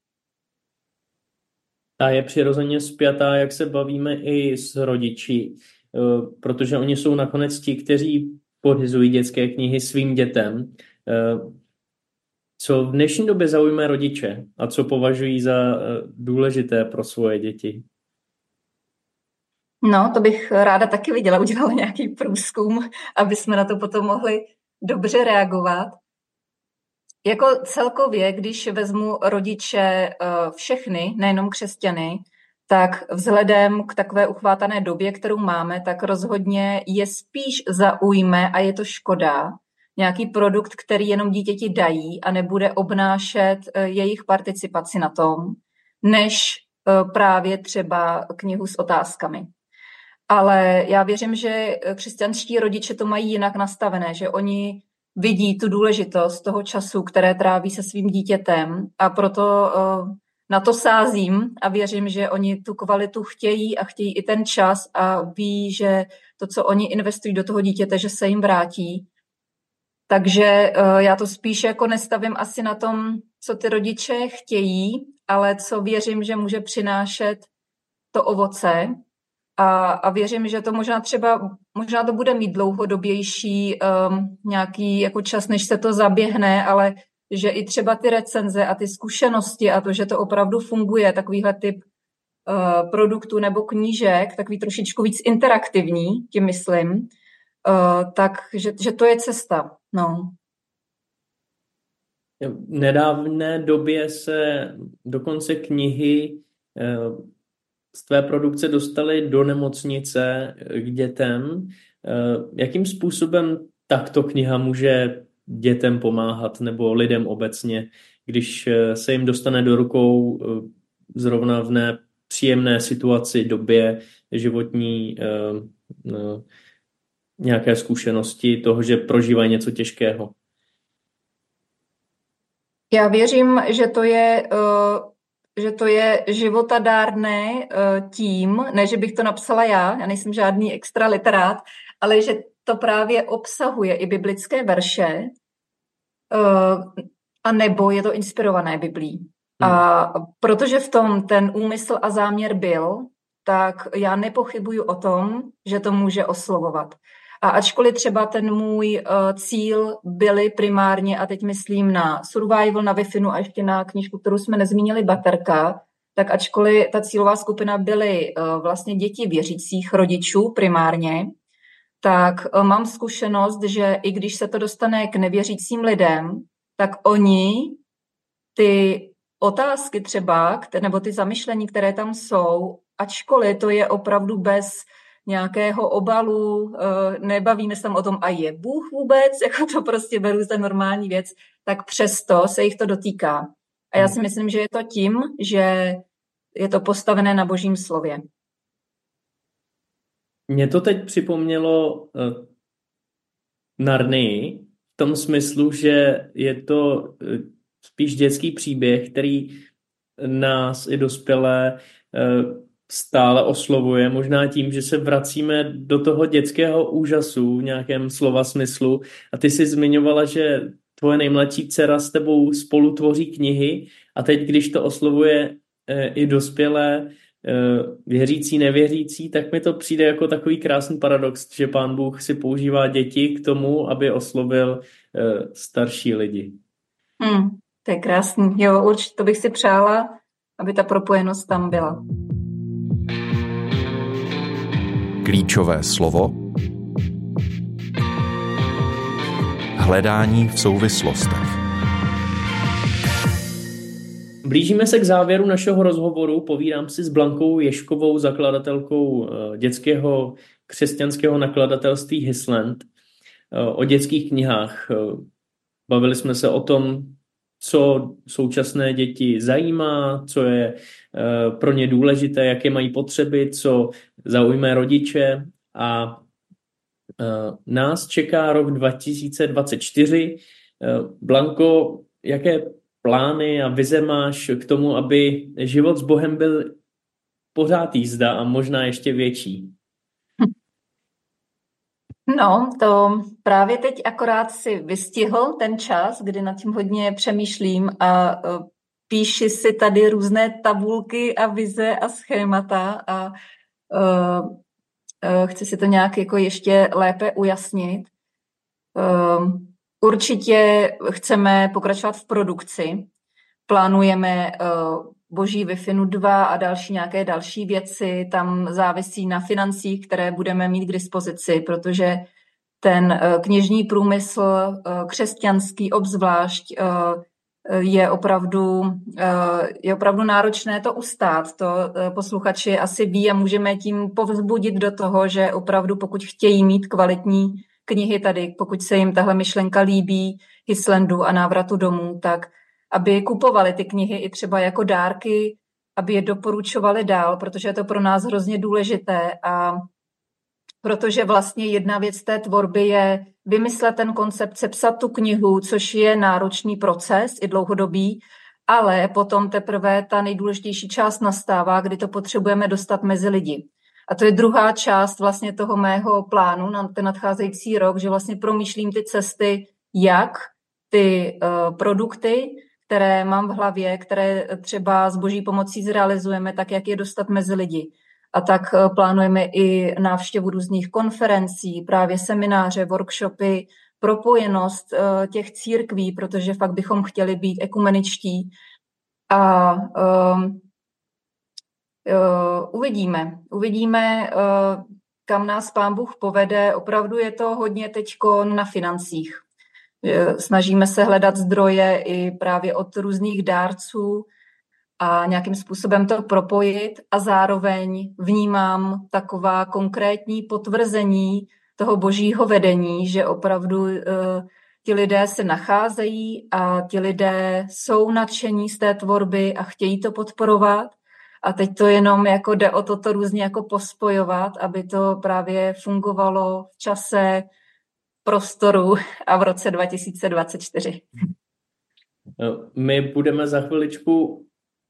[SPEAKER 2] Ta je přirozeně spjatá, jak se bavíme i s rodiči, protože oni jsou nakonec ti, kteří pořizují dětské knihy svým dětem. Co v dnešní době zaujme rodiče a co považují za důležité pro svoje děti?
[SPEAKER 3] No, to bych ráda taky viděla, udělala nějaký průzkum, aby jsme na to potom mohli dobře reagovat. Jako celkově, když vezmu rodiče všechny, nejenom křesťany, tak vzhledem k takové uchvátané době, kterou máme, tak rozhodně je spíš zaujme a je to škoda, nějaký produkt, který jenom dítěti dají a nebude obnášet jejich participaci na tom, než právě třeba knihu s otázkami. Ale já věřím, že křesťanští rodiče to mají jinak nastavené, že oni vidí tu důležitost toho času, které tráví se svým dítětem a proto na to sázím a věřím, že oni tu kvalitu chtějí a chtějí i ten čas a ví, že to, co oni investují do toho dítěte, že se jim vrátí. Takže já to spíš jako nestavím asi na tom, co ty rodiče chtějí, ale co věřím, že může přinášet to ovoce. A, a věřím, že to možná třeba, možná to bude mít dlouhodobější um, nějaký jako čas, než se to zaběhne, ale že i třeba ty recenze a ty zkušenosti a to, že to opravdu funguje, takovýhle typ uh, produktů nebo knížek, takový trošičku víc interaktivní, tím myslím, uh, tak, že, že to je cesta. No.
[SPEAKER 2] V nedávné době se dokonce knihy uh, z tvé produkce dostaly do nemocnice k dětem. Jakým způsobem takto kniha může dětem pomáhat nebo lidem obecně, když se jim dostane do rukou zrovna v nepříjemné situaci, době životní, nějaké zkušenosti toho, že prožívají něco těžkého?
[SPEAKER 3] Já věřím, že to je, že to je životadárné tím, ne, že bych to napsala já, já nejsem žádný extra literát, ale že to právě obsahuje i biblické verše, a nebo je to inspirované Biblí. Hmm. A protože v tom ten úmysl a záměr byl, tak já nepochybuju o tom, že to může oslovovat. A ačkoliv třeba ten můj uh, cíl byly primárně, a teď myslím na Survival, na Wi-Fi a ještě na knížku, kterou jsme nezmínili, Baterka, tak ačkoliv ta cílová skupina byly uh, vlastně děti věřících rodičů primárně, tak uh, mám zkušenost, že i když se to dostane k nevěřícím lidem, tak oni ty otázky třeba, nebo ty zamyšlení, které tam jsou, ačkoliv to je opravdu bez nějakého obalu, nebavíme se tam o tom, a je Bůh vůbec, jako to prostě beru za normální věc, tak přesto se jich to dotýká. A já si myslím, že je to tím, že je to postavené na Božím slově.
[SPEAKER 2] Mně to teď připomnělo uh, Narnii, v tom smyslu, že je to uh, spíš dětský příběh, který nás i dospělé uh, stále oslovuje, možná tím, že se vracíme do toho dětského úžasu v nějakém slova smyslu. A ty jsi zmiňovala, že tvoje nejmladší dcera s tebou spolu tvoří knihy a teď, když to oslovuje e, i dospělé, e, věřící, nevěřící, tak mi to přijde jako takový krásný paradox, že Pán Bůh si používá děti k tomu, aby oslovil e, starší lidi.
[SPEAKER 3] Hmm, to je krásný. Jo, určitě to bych si přála, aby ta propojenost tam byla.
[SPEAKER 1] Klíčové slovo. Hledání v souvislostech.
[SPEAKER 2] Blížíme se k závěru našeho rozhovoru. Povídám si s Blankou Ježkovou, zakladatelkou dětského křesťanského nakladatelství Hisland, o dětských knihách. Bavili jsme se o tom, co současné děti zajímá, co je pro ně důležité, jaké mají potřeby, co zaujme rodiče. A nás čeká rok dva tisíce dvacet čtyři. Blanko, jaké plány a vize máš k tomu, aby život s Bohem byl pořád jízda a možná ještě větší?
[SPEAKER 3] No, to právě teď akorát si vystihl ten čas, kdy nad tím hodně přemýšlím a píši si tady různé tabulky a vize a schémata a uh, uh, chci si to nějak jako ještě lépe ujasnit. Uh, určitě chceme pokračovat v produkci. Plánujeme uh, Boží Wi-Fi dva a další nějaké další věci. Tam závisí na financích, které budeme mít k dispozici, protože ten knižní průmysl křesťanský obzvlášť je opravdu, je opravdu náročné to ustát. To posluchači asi ví a můžeme tím povzbudit do toho, že opravdu pokud chtějí mít kvalitní knihy tady, pokud se jim tahle myšlenka líbí, Hislandu a návratu domů, tak aby kupovali ty knihy i třeba jako dárky, aby je doporučovali dál, protože je to pro nás hrozně důležité a protože vlastně jedna věc té tvorby je vymyslet ten koncept, sepsat tu knihu, což je náročný proces, i dlouhodobý, ale potom teprve ta nejdůležitější část nastává, kdy to potřebujeme dostat mezi lidi. A to je druhá část vlastně toho mého plánu na ten nadcházející rok, že vlastně promýšlím ty cesty, jak ty uh, produkty, které mám v hlavě, které třeba s Boží pomocí zrealizujeme, tak jak je dostat mezi lidi. A tak plánujeme i návštěvu různých konferencí, právě semináře, workshopy, propojenost těch církví, protože fakt bychom chtěli být ekumeničtí. A uh, uh, uvidíme. Uvidíme, uh, kam nás Pán Bůh povede. Opravdu je to hodně teďko na financích. Snažíme se hledat zdroje i právě od různých dárců a nějakým způsobem to propojit a zároveň vnímám taková konkrétní potvrzení toho Božího vedení, že opravdu ti lidé se nacházejí a ti lidé jsou nadšení z té tvorby a chtějí to podporovat. A teď to jenom jako jde o toto různě jako pospojovat, aby to právě fungovalo v čase, prostoru a v roce dva tisíce dvacet čtyři.
[SPEAKER 2] My budeme za chviličku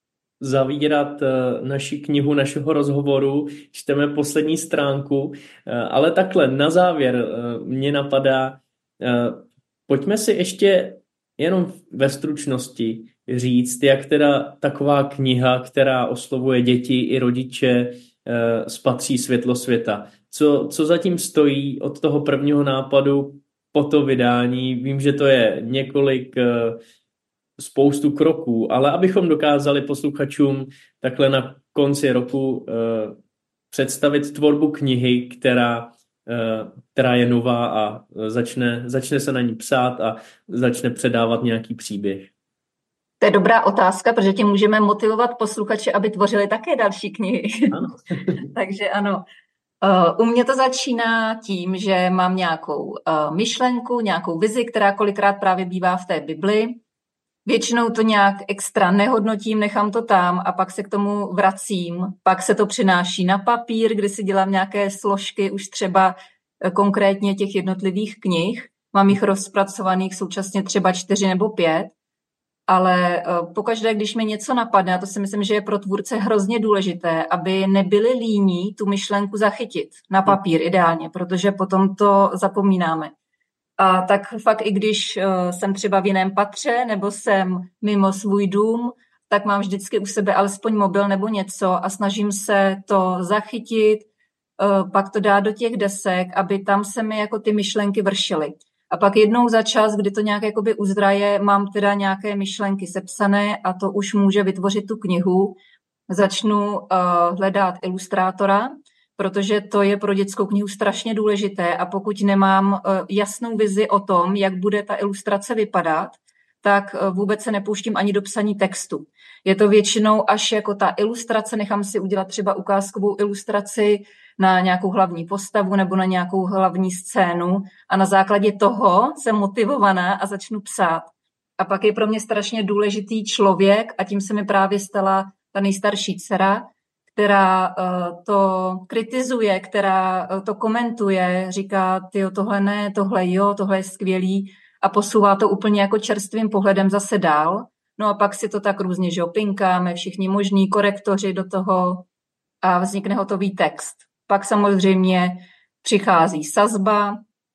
[SPEAKER 2] zavírat naši knihu našeho rozhovoru, čteme poslední stránku, ale takhle na závěr mě napadá, pojďme si ještě jenom ve stručnosti říct, jak teda taková kniha, která oslovuje děti i rodiče, spatří světlo světa. Co, co zatím stojí od toho prvního nápadu po to vydání? Vím, že to je několik spoustu kroků, ale abychom dokázali posluchačům takhle na konci roku eh, představit tvorbu knihy, která, eh, která je nová a začne, začne se na ní psát a začne předávat nějaký příběh.
[SPEAKER 3] To je dobrá otázka, protože tím můžeme motivovat posluchače, aby tvořili také další knihy.
[SPEAKER 2] Ano.
[SPEAKER 3] Takže ano. Uh, u mě to začíná tím, že mám nějakou uh, myšlenku, nějakou vizi, která kolikrát právě bývá v té Bibli. Většinou to nějak extra nehodnotím, nechám to tam a pak se k tomu vracím. Pak se to přináší na papír, kdy si dělám nějaké složky, už třeba konkrétně těch jednotlivých knih. Mám jich rozpracovaných současně třeba čtyři nebo pět, ale pokaždé, když mi něco napadne, a to si myslím, že je pro tvůrce hrozně důležité, aby nebyli líní tu myšlenku zachytit na papír ideálně, protože potom to zapomínáme. A tak fakt i když uh, jsem třeba v jiném patře nebo jsem mimo svůj dům, tak mám vždycky u sebe alespoň mobil nebo něco a snažím se to zachytit, uh, pak to dát do těch desek, aby tam se mi jako ty myšlenky vršily. A pak jednou za čas, kdy to nějak jakoby uzraje, mám teda nějaké myšlenky sepsané a to už může vytvořit tu knihu. Začnu uh, hledat ilustrátora, protože to je pro dětskou knihu strašně důležité a pokud nemám jasnou vizi o tom, jak bude ta ilustrace vypadat, tak vůbec se nepouštím ani do psaní textu. Je to většinou až jako ta ilustrace, nechám si udělat třeba ukázkovou ilustraci na nějakou hlavní postavu nebo na nějakou hlavní scénu a na základě toho jsem motivovaná a začnu psát. A pak je pro mě strašně důležitý člověk a tím se mi právě stala ta nejstarší dcera, která to kritizuje, která to komentuje, říká, tyjo, tohle ne, tohle jo, tohle je skvělý a posouvá to úplně jako čerstvým pohledem zase dál. No a pak si to tak různě, že opinkáme, všichni možní korektoři do toho a vznikne hotový text. Pak samozřejmě přichází sazba,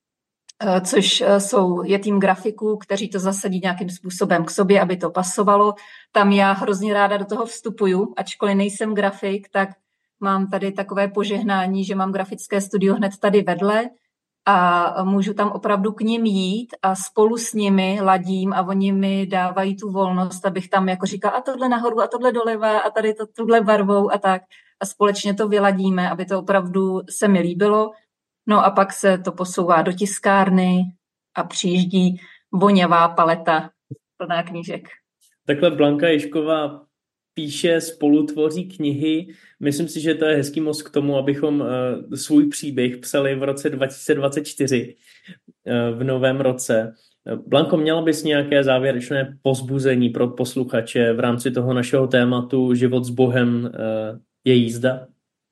[SPEAKER 3] což jsou, je tým grafiků, kteří to zasadí nějakým způsobem k sobě, aby to pasovalo. Tam já hrozně ráda do toho vstupuju, ačkoliv nejsem grafik, tak mám tady takové požehnání, že mám grafické studio hned tady vedle a můžu tam opravdu k nim jít a spolu s nimi ladím a oni mi dávají tu volnost, abych tam jako říkala a tohle nahoru a tohle doleva a tady to tuhle barvou a tak a společně to vyladíme, aby to opravdu se mi líbilo. No a pak se to posouvá do tiskárny a přijíždí voňavá paleta plná knížek.
[SPEAKER 2] Takhle Blanka Ježková píše, spolutvoří knihy. Myslím si, že to je hezký most k tomu, abychom uh, svůj příběh psali v roce dva tisíce dvacet čtyři, uh, v novém roce. Blanko, měla bys nějaké závěrečné povzbuzení pro posluchače v rámci toho našeho tématu Život s Bohem uh, je jízda?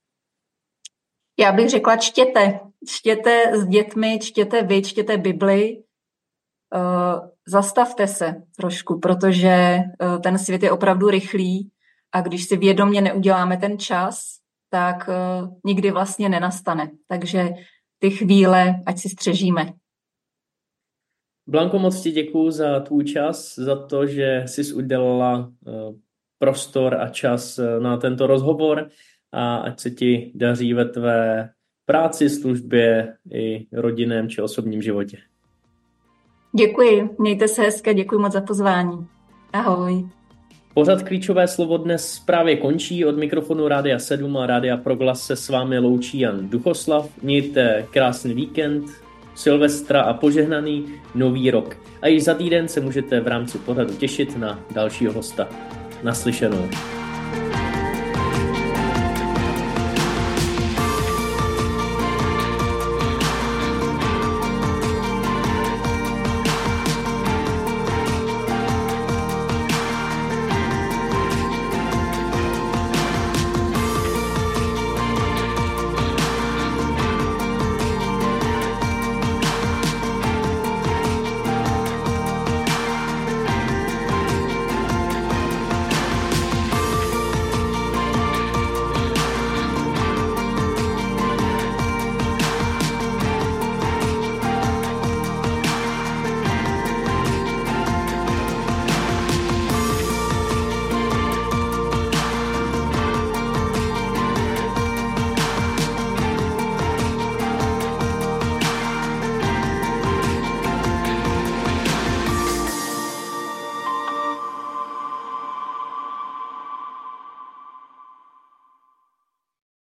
[SPEAKER 3] Já bych řekla, čtěte. Čtěte s dětmi, čtěte vy, čtěte Bibli. Uh, zastavte se trošku, protože uh, ten svět je opravdu rychlý a když si vědomě neuděláme ten čas, tak uh, nikdy vlastně nenastane. Takže ty chvíle, ať si střežíme.
[SPEAKER 2] Blanko, moc ti děkuju za tvůj čas, za to, že jsi udělala uh, prostor a čas na tento rozhovor a ať se ti daří ve tvé práci, službě i rodinném či osobním životě.
[SPEAKER 3] Děkuji, mějte se hezky, děkuji moc za pozvání. Ahoj.
[SPEAKER 2] Pořad Klíčové slovo dnes právě končí. Od mikrofonu Rádia sedm a Rádia Proglas se s vámi loučí Jan Duchoslav. Mějte krásný víkend, Silvestra a požehnaný nový rok. A již za týden se můžete v rámci pořadu těšit na dalšího hosta. Naslyšenou.